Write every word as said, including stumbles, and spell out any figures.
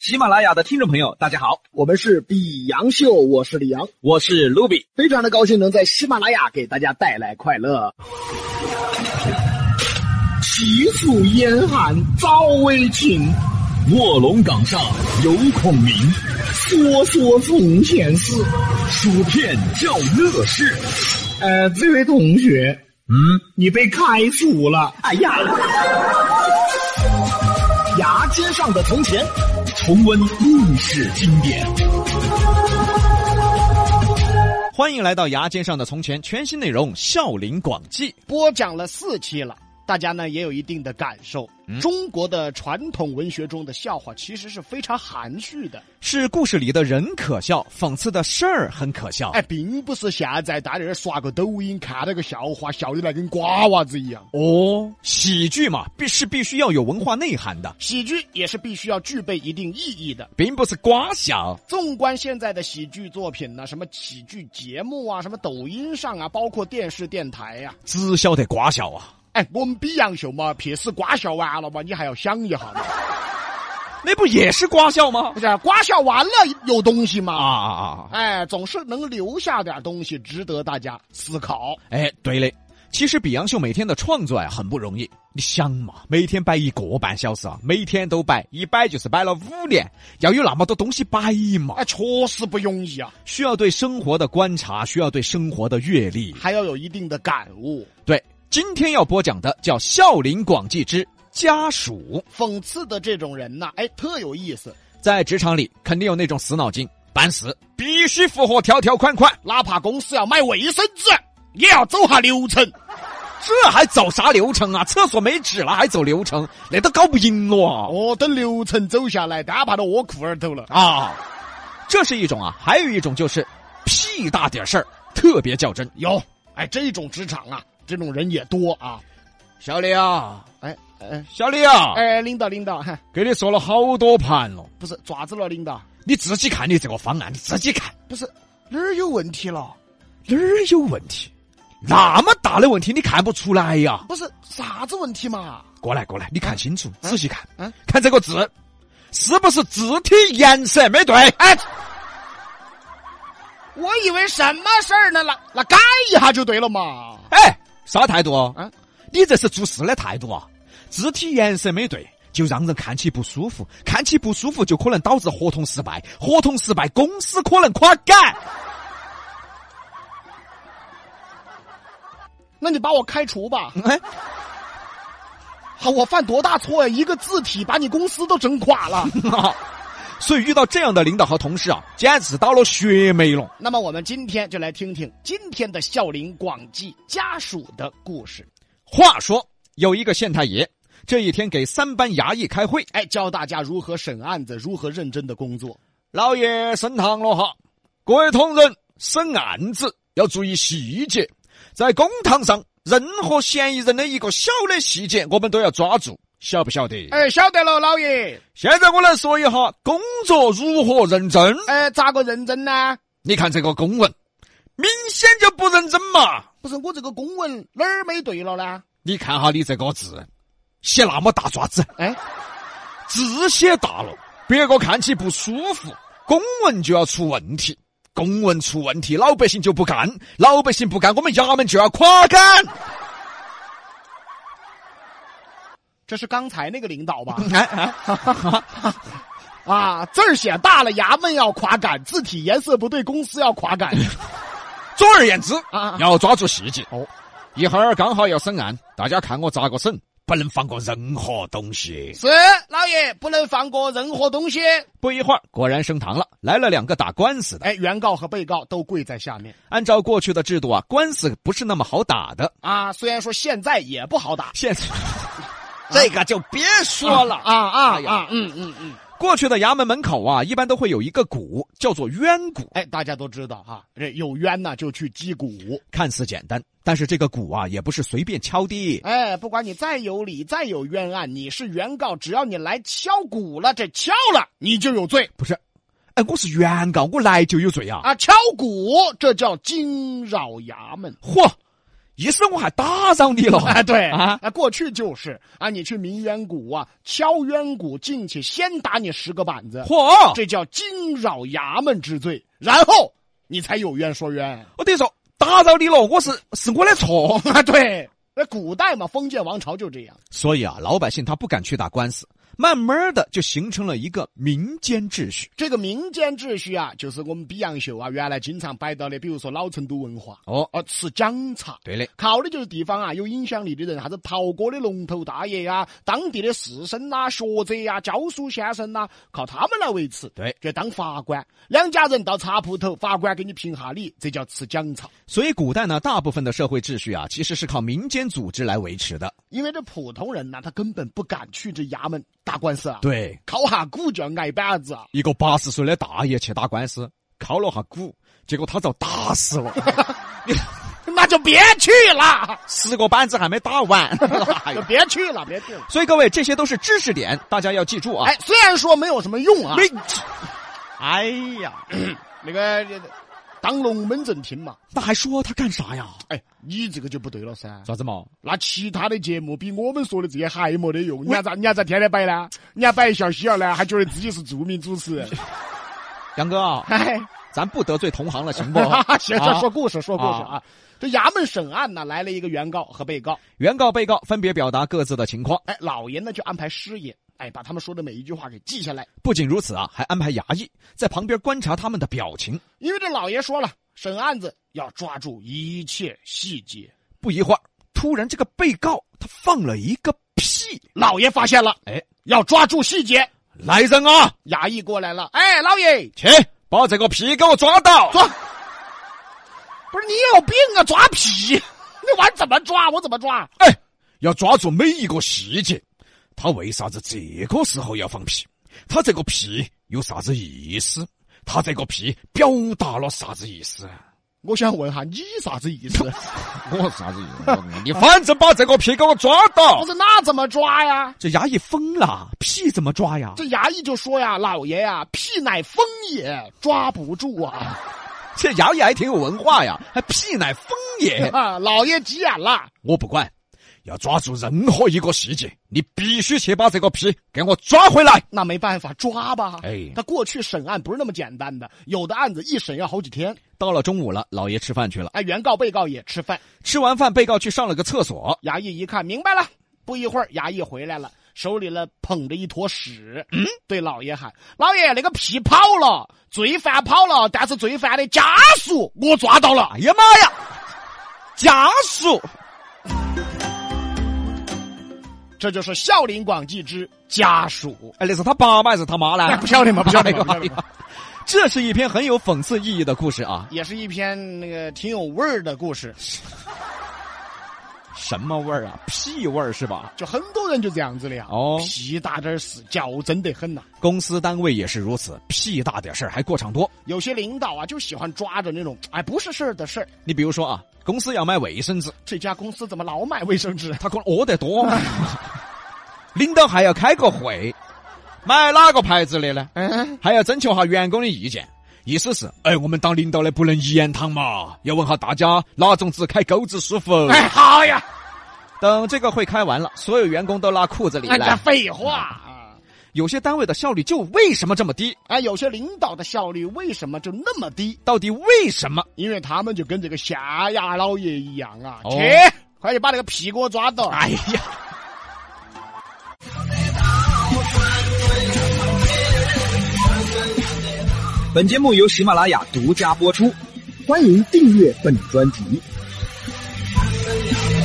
喜马拉雅的听众朋友大家好， 我们是比洋秀，我是李阳， 我是卢比， 非常的高兴能在喜马拉雅给大家带来快乐。西楚严寒早为秦， 卧龙岗上有孔明， 说说奉献史， 薯片叫乐事。 呃，这位同学， 嗯， 你被开除了。 哎呀， 牙尖上的从前，重温历史经典。 欢迎来到牙尖上的从前，全新内容笑林广记， 播讲了四期了。大家呢也有一定的感受、嗯、中国的传统文学中的笑话其实是非常含蓄的， 是故事里的人可笑，讽刺的事儿很可笑， 哎，并不是现在大家刷个抖音看那个笑话笑得来跟瓜娃子一样。 哦，喜剧嘛必是必须要有文化内涵的， 喜剧也是必须要具备一定意义的， 并不是瓜笑。 纵观现在的喜剧作品呢，什么喜剧节目啊，什么抖音上啊，包括电视电台啊， 只晓得瓜笑啊。 哎，我们比洋秀嘛，撇死瓜笑完了嘛，你还要想一下嘛。 那不也是瓜笑吗？ 不是，瓜笑完了有东西嘛？ 啊啊啊！ 哎，总是能留下点东西，值得大家思考。 哎，对嘞，其实比洋秀每天的创作啊很不容易。你想嘛，每天摆一个半小时啊，每天都摆，一摆就是摆了五年，要有那么多东西摆嘛。 哎，确实不容易啊， 需要对生活的观察，需要对生活的阅历， 还要有一定的感悟。 对。今天要播讲的叫《笑林广记之家属》， 讽刺的这种人呢，哎，特有意思。 在职场里，肯定有那种死脑筋，办事必须符合条条款款， 哪怕公司要买卫生纸，也要走下流程。 这还走啥流程啊？厕所没纸了还走流程，那都搞不赢了啊！ 哦，等流程走下来，大家怕都窝裤儿头了啊！这是一种啊，还有一种就是屁大点事儿，特别较真。 有，哎，这种职场啊。这种人也多啊， 小李啊， 哎哎， 小李啊， 哎，领导领导，哈， 给你说了好多盘了， 不是爪子了，领导， 你自己看你这个方案，你自己看， 不是哪儿有问题了？ 哪儿有问题？那么大的问题你看不出来呀？ 不是啥子问题嘛？ 过来过来，你看清楚， 啊、 仔细看， 嗯、啊， 看这个字，是不是字体颜色没对？ 哎。我以为什么事儿呢？那那改一下就对了嘛。 哎，啥态度啊？ 你这是做事的态度啊！字体颜色没对，就让人看起不舒服，看起不舒服就可能导致合同失败，合同失败公司可能垮杆。 那你把我开除吧。 哎， 好，我犯多大错呀？一个字体把你公司都整垮了。 所以遇到这样的领导和同事啊，简直倒了血霉了。 那么我们今天就来听听今天的笑林广记家属的故事。 话说有一个县太爷，这一天给三班衙役开会， 哎，教大家如何审案子，如何认真的工作。 老爷升堂了哈，各位同仁，审案子要注意细节，在公堂上任何嫌疑人的一个小的细节我们都要抓住，晓不晓得？ 哎，晓得了，老爷。 现在我来说一下工作如何认真。 哎，咋个认真呢？ 你看这个公文，明显就不认真嘛。 不是，我这个公文哪儿没对了呢？ 你看哈，你这个字写那么大爪子， 哎， 字写大了，别个看起不舒服，公文就要出问题。公文出问题，老百姓就不干，老百姓不干，我们衙门就要垮杆。 这是刚才那个领导吧？ 哎哎， 啊，字儿写大了，衙门要垮杆；字体颜色不对，公司要垮杆。 总而言之啊， 要抓住细节。 哦， 一会儿刚好要审案，大家看我咋个审，不能放过任何东西。 是，老爷，不能放过任何东西。 不一会儿，果然升堂了，来了两个打官司的。 哎，原告和被告都跪在下面。 按照过去的制度啊，官司不是那么好打的啊，虽然说现在也不好打。 现在。这个就别说了啊啊哎呀啊！嗯嗯嗯。 过去的衙门门口啊，一般都会有一个鼓，叫做冤鼓。 哎，大家都知道哈，这有冤呢就去击鼓。 看似简单，但是这个鼓啊，也不是随便敲的。 哎，不管你再有理，再有冤案，你是原告，只要你来敲鼓了，这敲了你就有罪。 不是，哎，我是原告，我来就有罪啊！ 啊，敲鼓这叫惊扰衙门。 嚯！ 意思我还打扰你了。 哎，对啊， 啊，过去就是啊，你去鸣冤谷啊，敲冤谷进去，先打你十个板子， 嚯， 这叫惊扰衙门之罪，然后你才有冤说冤。 我等于说打扰你了，我是是我的错啊，对，那古代嘛，封建王朝就这样。 所以啊，老百姓他不敢去打官司，慢慢的就形成了一个民间秩序。 这个民间秩序啊，就是我们比洋秀啊原来经常摆到的，比如说老成都文化哦， 哦，吃姜茶， 对的， 靠的就是地方啊有影响力的人，啥子陶锅的龙头大爷啊，当地的士绅啊、学者啊、教书先生啊，靠他们来维持。 对， 就当法官，两家人到茶铺头，法官给你评下理，这叫吃姜茶。 所以古代呢，大部分的社会秩序啊，其实是靠民间组织来维持的。 因为这普通人呢，他根本不敢去这衙门打官司啊。 对， 敲下鼓就要挨板子啊。 一个八十岁的大爷去打官司，敲了下鼓，结果他遭打死了。 那就别去了， 十个板子还没打完， 就别去了，别去了。 所以各位，这些都是知识点，大家要记住啊。 哎，虽然说没有什么用啊， 没，哎呀， 那个当龙门阵听嘛， 那还说他干啥呀？ 哎，你这个就不对了噻。 啥子嘛？ 那其他的节目比我们说的这些还没得用。你要咋你要咋天天摆呢？你要摆一笑嘻儿呢，还觉得自己是著名主持人。 杨哥啊， 哎， 咱不得罪同行了，行不？ 行，说说故事，说故事啊。这衙门审案呢，来了一个原告和被告， 原告、被告分别表达各自的情况。 哎，老爷呢就安排师爷，哎，把他们说的每一句话给记下来。 不仅如此啊，还安排衙役在旁边观察他们的表情。 因为这老爷说了，审案子要抓住一切细节。 不一会儿，突然这个被告他放了一个屁， 老爷发现了， 哎， 要抓住细节。 来人啊！ 衙役过来了，哎，老爷， 去把这个屁给我抓到！ 抓！不是你有病啊，抓屁！你玩怎么抓？我怎么抓？ 哎，要抓住每一个细节。他为啥子这个时候要放屁？他这个屁有啥子意思？他这个屁表达了啥子意思？ 我想问下你啥子意思？ 我啥子意思？你反正把这个屁给我抓到！ 不是那怎么抓呀？ 这衙役疯了，屁怎么抓呀？ 这衙役就说呀，老爷呀，屁乃风也，抓不住啊。 这衙役还挺有文化呀，还屁乃风也啊！老爷急眼了， 我不管，要抓住任何一个细节，你必须去把这个屁给我抓回来。 那没办法，抓吧。 哎， 他过去审案不是那么简单的，有的案子一审要好几天。 到了中午了，老爷吃饭去了。 哎，原告、被告也吃饭。 吃完饭，被告去上了个厕所。 衙役一看明白了，不一会儿，衙役回来了。手里呢捧着一坨屎，嗯，对老爷喊：“老爷，那个屁跑了，罪犯跑了，但是罪犯的家属我抓到了。” 哎呀妈呀，家属！ 这就是孝陵广记之家属。 哎，那是他爸妈还是他妈呢？ 哎、不晓得吗？不晓得吗？ 这是一篇很有讽刺意义的故事啊， 也是一篇那个挺有味儿的故事。 什么味儿啊？屁味儿是吧？ 就很多人就这样子的呀。 哦， 屁大点事，较真得很呐、啊。 公司单位也是如此，屁大点事儿还过场多。 有些领导啊，就喜欢抓着那种哎不是事儿的事儿。 你比如说啊，公司要买卫生纸， 这家公司怎么老买卫生纸？ 他可能饿得多。领导还要开个会，买哪个牌子的呢？嗯，还要征求下员工的意见。意思是，哎，我们当领导的不能一言堂嘛，要问下大家哪种纸开钩子舒服。 哎，好呀。 等这个会开完了，所有员工都拉裤子里来。 哎，废话啊！ 有些单位的效率就为什么这么低？ 哎，有些领导的效率为什么就那么低？ 到底为什么？ 因为他们就跟这个县衙老爷一样啊！ 哦、 去，快点把那个屁给我抓到！ 哎呀！ 本节目由喜马拉雅独家播出， 欢迎订阅本专辑。